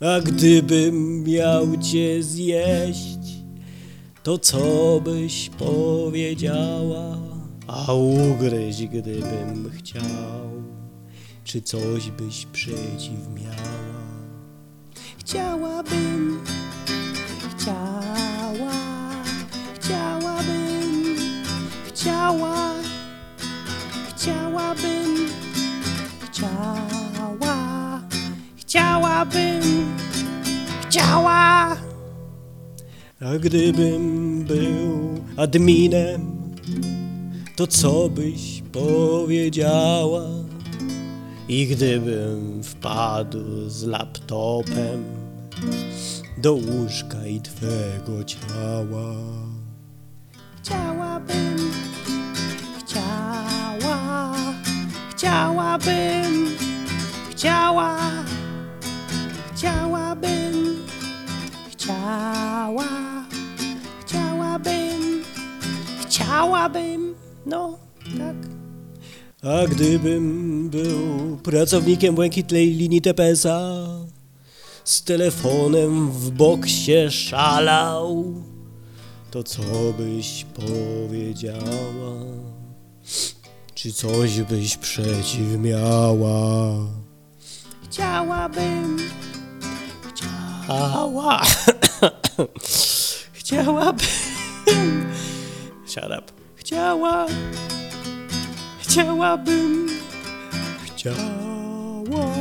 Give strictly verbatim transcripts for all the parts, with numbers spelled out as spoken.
A gdybym miał cię zjeść, to co byś powiedziała? A ugryźć gdybym chciał, czy coś byś przeciw miała? Chciałabym, chciała, chciałabym, chciała, chciałabym, chciała, chciałabym, chciała. A gdybym był adminem, to co byś powiedziała? I gdybym wpadł z laptopem do łóżka i twego ciała, chciałabym, chciała, chciałabym, chciała, chciałabym, chciała, chciałabym, chciałabym, no tak. A gdybym był pracownikiem błękitnej linii T P S a, z telefonem w boksie szalał, to co byś powiedziała? Czy coś byś przeciw miała? Chciałabym, chciała, chciałabym, shut up, chciała, chciałabym, chciała,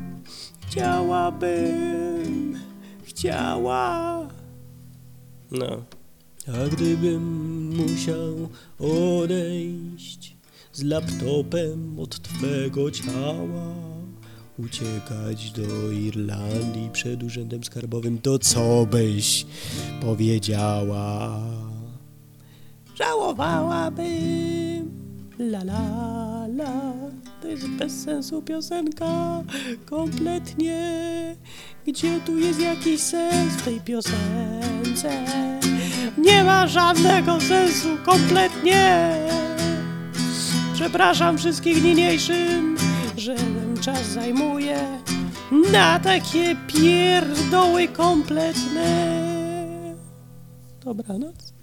chciałabym, chciała. No, a gdybym musiał odejść z laptopem od twego ciała, uciekać do Irlandii przed urzędem skarbowym, to co byś powiedziała? Żałowałabym, la la la, to jest bez sensu piosenka, kompletnie. Gdzie tu jest jakiś sens w tej piosence? Nie ma żadnego sensu, kompletnie. Przepraszam wszystkich niniejszym, że ten czas zajmuję na takie pierdoły kompletne. Dobranoc.